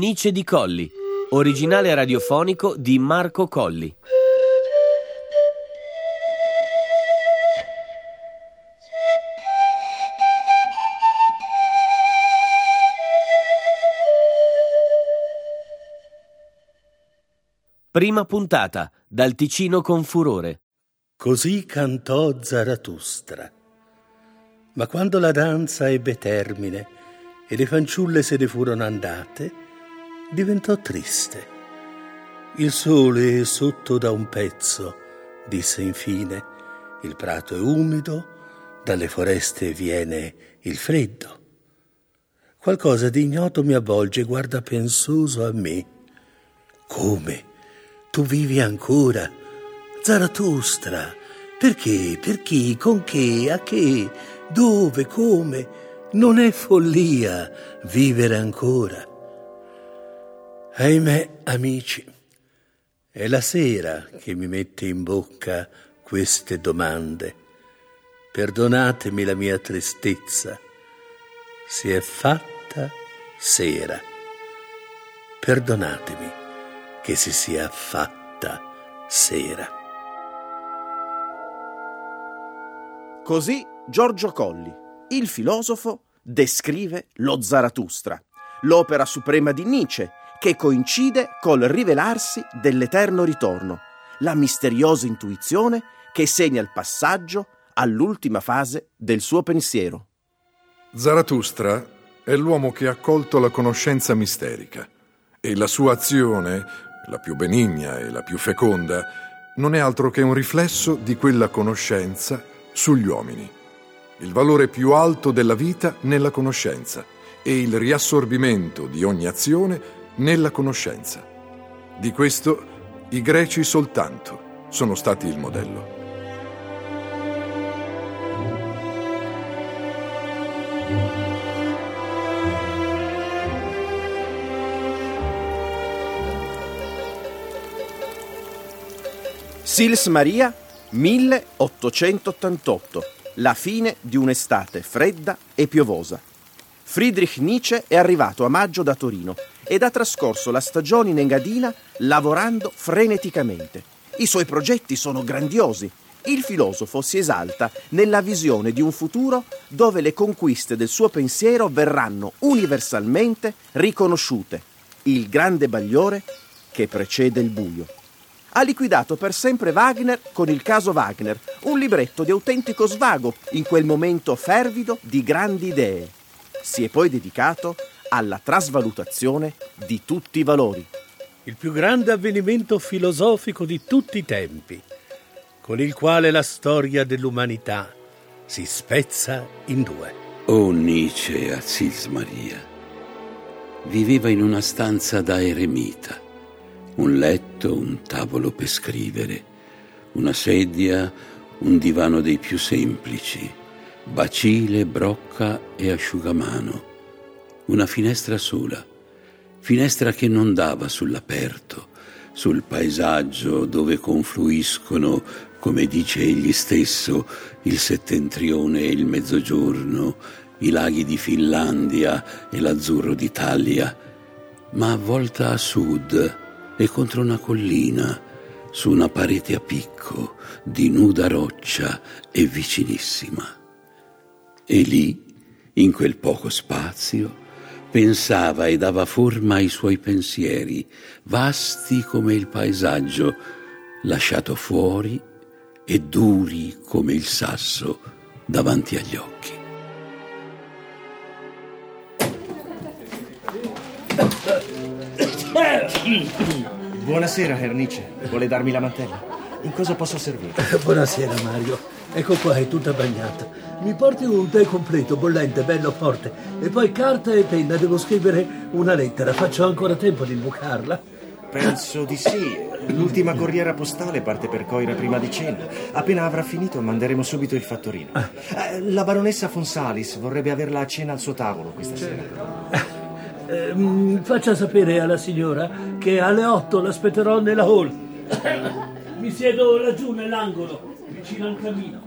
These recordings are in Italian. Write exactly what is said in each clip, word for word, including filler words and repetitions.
Nice di Colli, originale radiofonico di Marco Colli. Prima puntata, dal Ticino con furore. Così cantò Zarathustra. Ma quando la danza ebbe termine e le fanciulle se ne furono andate, diventò triste. Il sole è sotto da un pezzo, disse infine, il prato è umido, dalle foreste viene il freddo. Qualcosa di ignoto mi avvolge e guarda pensoso a me. Come? Tu vivi ancora? Zarathustra, perché, per chi, con che, a che, dove, come? Non è follia vivere ancora. Ahimè, amici, è la sera che mi mette in bocca queste domande. Perdonatemi la mia tristezza. Si è fatta sera. Perdonatemi che si sia fatta sera. Così Giorgio Colli, il filosofo, descrive lo Zarathustra, l'opera suprema di Nietzsche, che coincide col rivelarsi dell'eterno ritorno, la misteriosa intuizione che segna il passaggio all'ultima fase del suo pensiero. Zarathustra è l'uomo che ha colto la conoscenza misterica e la sua azione, la più benigna e la più feconda, non è altro che un riflesso di quella conoscenza sugli uomini. Il valore più alto della vita nella conoscenza e il riassorbimento di ogni azione nella conoscenza. Di questo i greci soltanto sono stati il modello. Sils Maria, milleottocentottantotto, la fine di un'estate fredda e piovosa. Friedrich Nietzsche è arrivato a maggio da Torino ed ha trascorso la stagione in Engadina lavorando freneticamente. I suoi progetti sono grandiosi. Il filosofo si esalta nella visione di un futuro dove le conquiste del suo pensiero verranno universalmente riconosciute. Il grande bagliore che precede il buio. Ha liquidato per sempre Wagner con Il caso Wagner, un libretto di autentico svago in quel momento fervido di grandi idee. Si è poi dedicato alla trasvalutazione di tutti i valori. Il più grande avvenimento filosofico di tutti i tempi, con il quale la storia dell'umanità si spezza in due. Oh Nietzsche a Sils Maria. Viveva in una stanza da eremita. Un letto, un tavolo per scrivere, una sedia, un divano dei più semplici, bacile, brocca e asciugamano. Una finestra sola, finestra che non dava sull'aperto, sul paesaggio dove confluiscono, come dice egli stesso, il settentrione e il mezzogiorno, i laghi di Finlandia e l'azzurro d'Italia, ma volta a sud e contro una collina, su una parete a picco, di nuda roccia e vicinissima. E lì, in quel poco spazio, pensava e dava forma ai suoi pensieri, vasti come il paesaggio, lasciato fuori e duri come il sasso davanti agli occhi. Buonasera, Herr Nietzsche. Vuole darmi la mantella? In cosa posso servire? Buonasera, Mario. Ecco qua, è tutta bagnata. Mi porti un tè completo, bollente, bello forte. E poi carta e penna, devo scrivere una lettera. Faccio ancora tempo di imbucarla? Penso di sì. L'ultima corriera postale parte per Coira prima di cena. Appena avrà finito manderemo subito il fattorino. Ah. La baronessa von Salis vorrebbe averla a cena al suo tavolo questa sera. Eh, faccia sapere alla signora che alle otto l'aspetterò nella hall. Mi siedo laggiù nell'angolo, vicino al camino.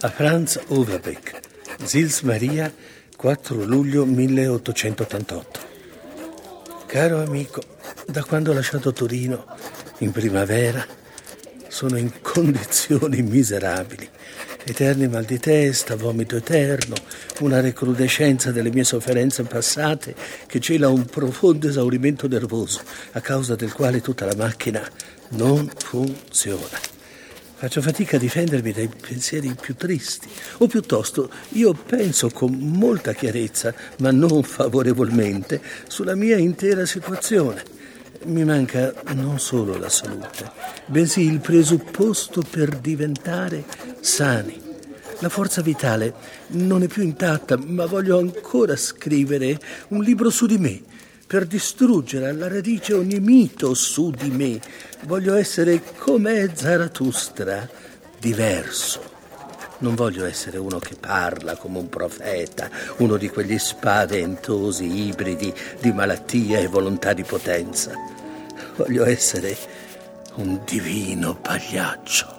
A Franz Overbeck, Sils Maria, quattro luglio milleottocentottantotto. Caro amico, da quando ho lasciato Torino, in primavera, sono in condizioni miserabili. Eterni mal di testa, vomito eterno, una recrudescenza delle mie sofferenze passate che cela un profondo esaurimento nervoso, a causa del quale tutta la macchina non funziona. Faccio fatica a difendermi dai pensieri più tristi, o piuttosto io penso con molta chiarezza, ma non favorevolmente, sulla mia intera situazione. Mi manca non solo la salute, bensì il presupposto per diventare sani. La forza vitale non è più intatta, ma voglio ancora scrivere un libro su di me, per distruggere alla radice ogni mito su di me. Voglio essere come Zarathustra, diverso. Non voglio essere uno che parla come un profeta, uno di quegli spaventosi ibridi di malattia e volontà di potenza. Voglio essere un divino pagliaccio.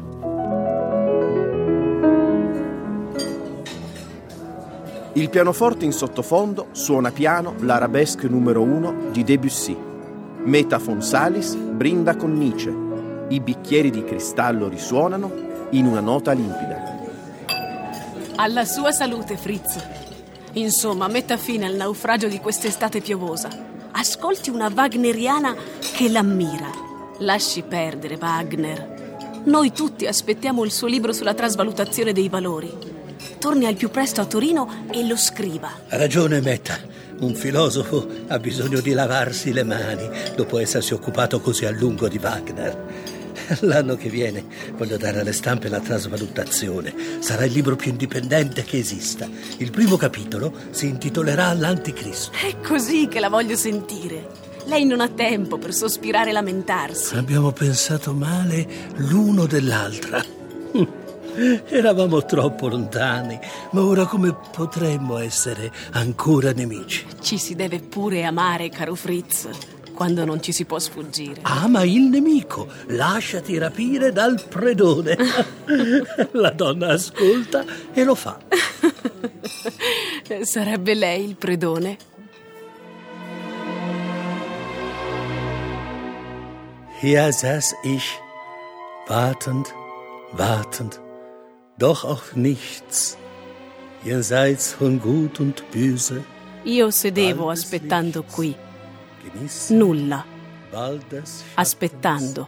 Il pianoforte in sottofondo suona piano l'arabesque numero uno di Debussy. Meta Fonsalis brinda con Nietzsche. I bicchieri di cristallo risuonano in una nota limpida. Alla sua salute, Fritz. Insomma, metta fine al naufragio di quest'estate piovosa. Ascolti una wagneriana che l'ammira. Lasci perdere Wagner. Noi tutti aspettiamo il suo libro sulla trasvalutazione dei valori. Torni al più presto a Torino e lo scriva. Ha ragione, Metta. Un filosofo ha bisogno di lavarsi le mani dopo essersi occupato così a lungo di Wagner. L'anno che viene voglio dare alle stampe la trasvalutazione. Sarà il libro più indipendente che esista. Il primo capitolo si intitolerà L'Anticristo. È così che la voglio sentire. Lei non ha tempo per sospirare e lamentarsi. Abbiamo pensato male l'uno dell'altra. Eravamo troppo lontani, ma ora come potremmo essere ancora nemici? Ci si deve pure amare, caro Fritz, quando non ci si può sfuggire. Ama il nemico, lasciati rapire dal predone. La donna ascolta e lo fa. Sarebbe lei il predone? Hier saß ich, wartend, wartend, doch auf nichts, jenseits von Gut und Böse. Io sedevo aspettando qui, nulla, aspettando,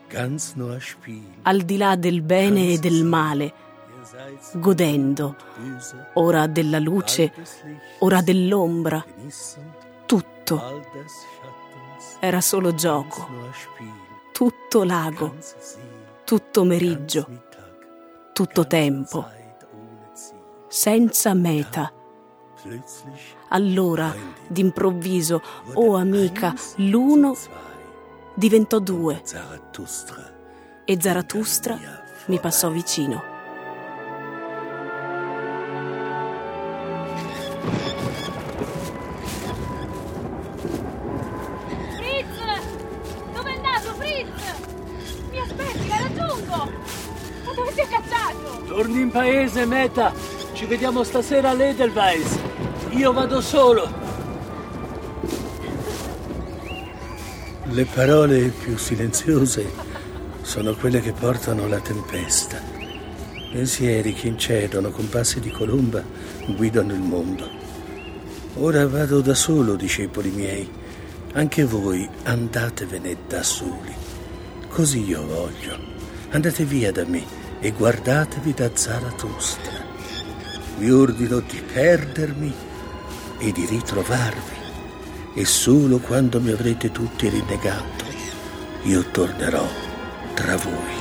al di là del bene e del male, godendo, ora della luce, ora dell'ombra, tutto. Era solo gioco, tutto lago, tutto meriggio, tutto tempo, senza meta. Allora, d'improvviso, oh amica, l'uno diventò due e Zarathustra mi passò vicino. Fritz! Dove è andato, Fritz? Mi aspetti, la raggiungo! Ma dove si è cacciato? Torni in paese, Meta. Ci vediamo stasera all'Edelweiss. Io vado solo. Le parole più silenziose sono quelle che portano la tempesta. Pensieri che incidono con passi di colomba guidano il mondo. Ora vado da solo, discepoli miei. Anche voi andatevene da soli. Così io voglio. Andate via da me e guardatevi da Zarathustra. Vi ordino di perdermi e di ritrovarvi, e solo quando mi avrete tutti rinnegato io tornerò tra voi.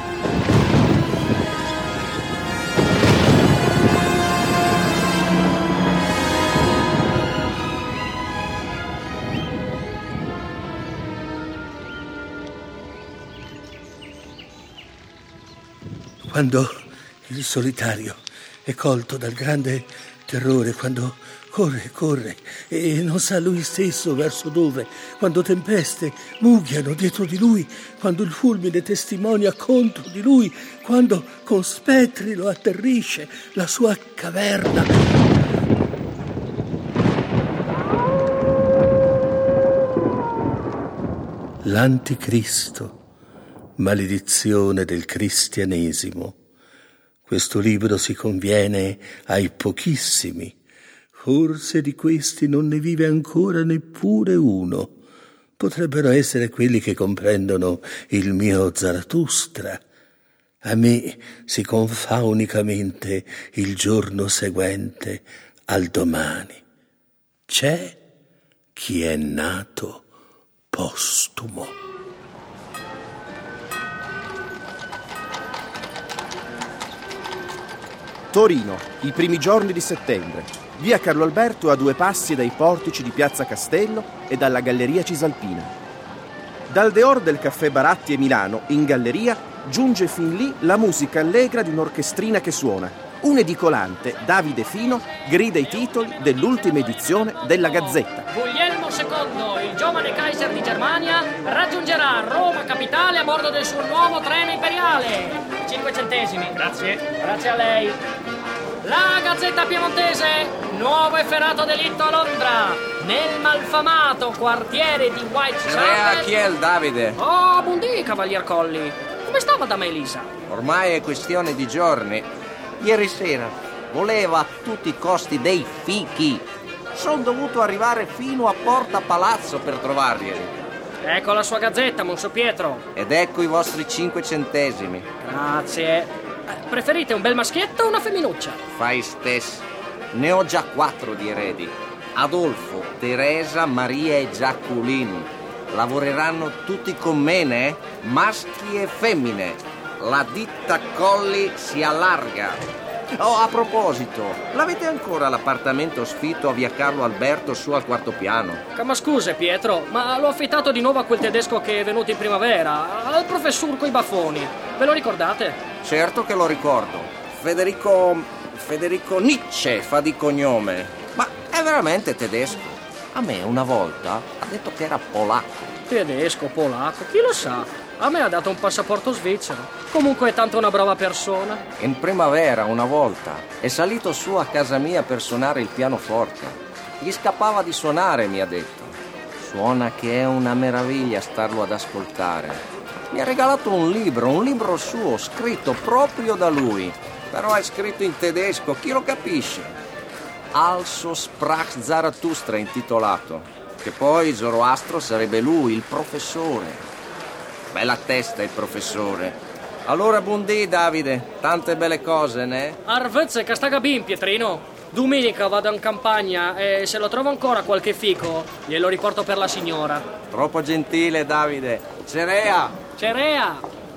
Quando il solitario è colto dal grande terrore quando corre, corre e non sa lui stesso verso dove, quando tempeste mughiano dietro di lui, quando il fulmine testimonia contro di lui, quando con spettri lo atterrisce la sua caverna. L'Anticristo, maledizione del cristianesimo. Questo libro si conviene ai pochissimi. Forse di questi non ne vive ancora neppure uno. Potrebbero essere quelli che comprendono il mio Zarathustra. A me si confà unicamente il giorno seguente al domani. C'è chi è nato postumo. Torino, i primi giorni di settembre. Via Carlo Alberto a due passi dai portici di Piazza Castello e dalla Galleria Cisalpina. Dal dehors del Caffè Baratti e Milano, in galleria, giunge fin lì la musica allegra di un'orchestrina che suona. Un edicolante, Davide Fino, grida i titoli dell'ultima edizione della Gazzetta. Guglielmo secondo, il giovane Kaiser di Germania, raggiungerà Roma capitale a bordo del suo nuovo treno imperiale. Cinque centesimi. Grazie. Grazie a lei. La Gazzetta Piemontese, nuovo efferato delitto a Londra, nel malfamato quartiere di Whitechapel. Chi è il Davide? Oh, buondì, cavalier Colli. Come sta Madame Elisa? Ormai è questione di giorni. Ieri sera voleva a tutti i costi dei fichi. Sono dovuto arrivare fino a Porta Palazzo per trovarglieli. Ecco la sua Gazzetta, Monso Pietro. Ed ecco i vostri cinque centesimi. Grazie. Preferite un bel maschietto o una femminuccia? Fai stesso. Ne ho già quattro di eredi. Adolfo, Teresa, Maria e Giaculini. Lavoreranno tutti con me, né? Maschi e femmine. La ditta Colli si allarga. Oh, a proposito, l'avete ancora l'appartamento sfitto a via Carlo Alberto su al quarto piano? Ma scuse Pietro, ma l'ho affittato di nuovo a quel tedesco che è venuto in primavera, al professor coi baffoni. Ve lo ricordate? Certo che lo ricordo. Federico... Federico Nietzsche fa di cognome. Ma è veramente tedesco? A me una volta ha detto che era polacco. Tedesco, polacco, chi lo sa? A me ha dato un passaporto svizzero. Comunque è tanto una brava persona. In primavera, una volta, è salito su a casa mia per suonare il pianoforte. Gli scappava di suonare, mi ha detto. Suona che è una meraviglia starlo ad ascoltare. Mi ha regalato un libro, un libro suo, scritto proprio da lui. Però è scritto in tedesco, chi lo capisce? Also sprach Zarathustra intitolato. Che poi Zoroastro sarebbe lui, il professore. Bella testa il professore. Allora buondì Davide, tante belle cose, ne? Arvezze castagabin, Pietrino. Domenica vado in campagna e se lo trovo ancora qualche fico, glielo riporto per la signora. Troppo gentile Davide. Cerea! Cerea!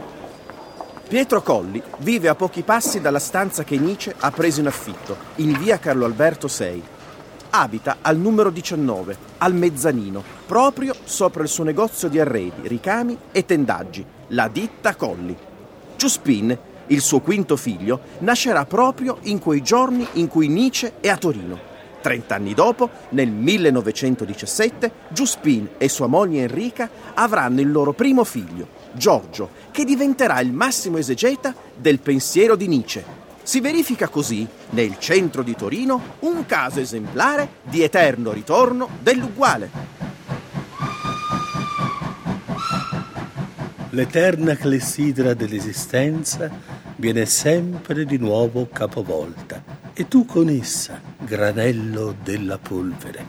Pietro Colli vive a pochi passi dalla stanza che Nietzsche ha preso in affitto, in via Carlo Alberto sei. Abita al numero diciannove, al mezzanino, proprio sopra il suo negozio di arredi, ricami e tendaggi, la ditta Colli. Giuspin, il suo quinto figlio, nascerà proprio in quei giorni in cui Nietzsche è a Torino. Trent'anni dopo, nel millenovecentodiciassette, Giuspin e sua moglie Enrica avranno il loro primo figlio, Giorgio, che diventerà il massimo esegeta del pensiero di Nietzsche. Si verifica così, nel centro di Torino, un caso esemplare di eterno ritorno dell'uguale. L'eterna clessidra dell'esistenza viene sempre di nuovo capovolta e tu con essa, granello della polvere.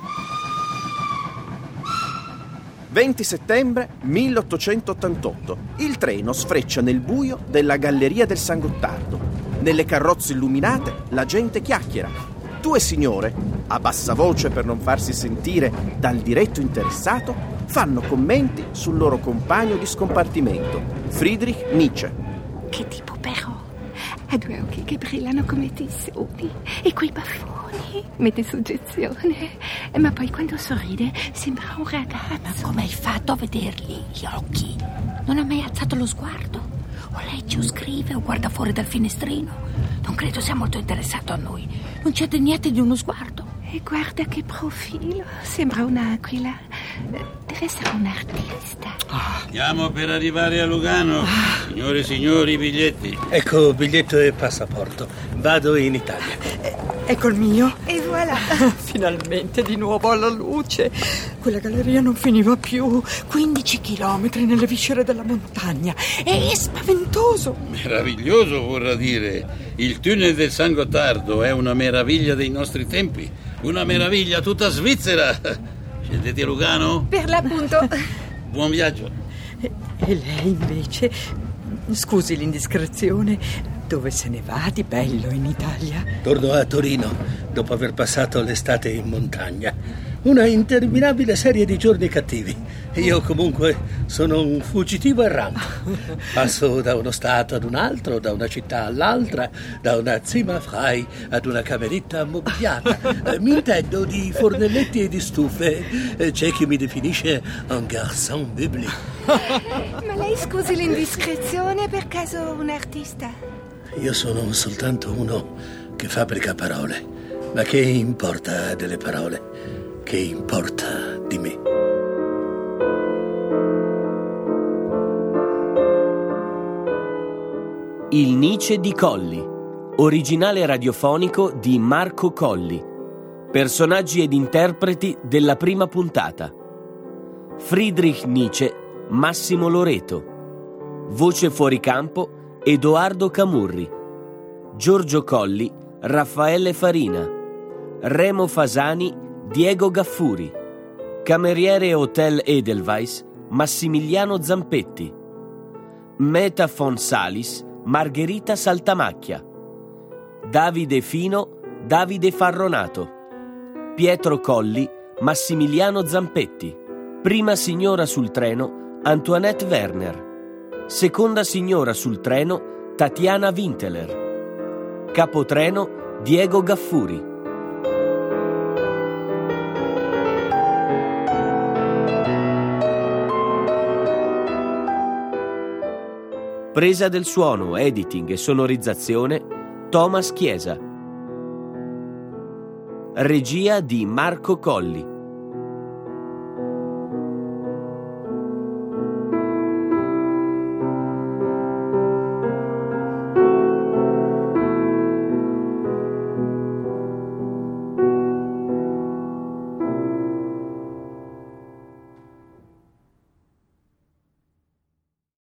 venti settembre milleottocentottantotto. Il treno sfreccia nel buio della Galleria del San Gottardo. Nelle carrozze illuminate la gente chiacchiera. Due signore, a bassa voce per non farsi sentire dal diretto interessato, fanno commenti sul loro compagno di scompartimento, Friedrich Nietzsche. Che tipo però? Ha due occhi che brillano come tesori e quei baffoni mette soggezione. Ma poi quando sorride sembra un ragazzo. Ma come hai fatto a vederli gli occhi? Non ha mai alzato lo sguardo? O legge o scrive o guarda fuori dal finestrino. Non credo sia molto interessato a noi. Non c'è niente di uno sguardo. E guarda che profilo. Sembra un'aquila. Deve essere un artista. Stiamo per arrivare a Lugano. Signore e signori, i biglietti. Ecco, biglietto e passaporto. Vado in Italia. Ecco il mio. E voilà. Finalmente di nuovo alla luce. Quella galleria non finiva più. quindici chilometri nelle viscere della montagna. È spaventoso. Meraviglioso vorrà dire. Il tunnel del San Gottardo è una meraviglia dei nostri tempi. Una meraviglia tutta svizzera. Scendete a Lugano? Per l'appunto. Buon viaggio. E, e lei invece? Scusi l'indiscrezione. Dove se ne va di bello in Italia? Torno a Torino, dopo aver passato l'estate in montagna. Una interminabile serie di giorni cattivi. Io comunque sono un fuggitivo errante. Passo da uno stato ad un altro, da una città all'altra, da una Zimmerfrei ad una cameretta ammobiliata. Eh, mi intendo di fornelletti e di stufe. Eh, c'è chi mi definisce un garçon meublé. Ma lei scusi l'indiscrezione, è per caso un artista? Io sono soltanto uno che fabbrica parole. Ma che importa delle parole? Che importa di me? Il Nice di Colli, originale radiofonico di Marco Colli. Personaggi ed interpreti della prima puntata: Friedrich Nietzsche, Massimo Loreto. Voce fuori campo, Edoardo Camurri. Giorgio Colli, Raffaele Farina. Remo Fasani, Diego Gaffuri. Cameriere Hotel Edelweiss, Massimiliano Zampetti. Meta Fonsalis, Margherita Saltamacchia. Davide Fino, Davide Farronato. Pietro Colli, Massimiliano Zampetti. Prima signora sul treno, Antoinette Werner. Seconda signora sul treno, Tatiana Winteler. Capotreno, Diego Gaffuri. Presa del suono, editing e sonorizzazione, Thomas Chiesa. Regia di Marco Colli.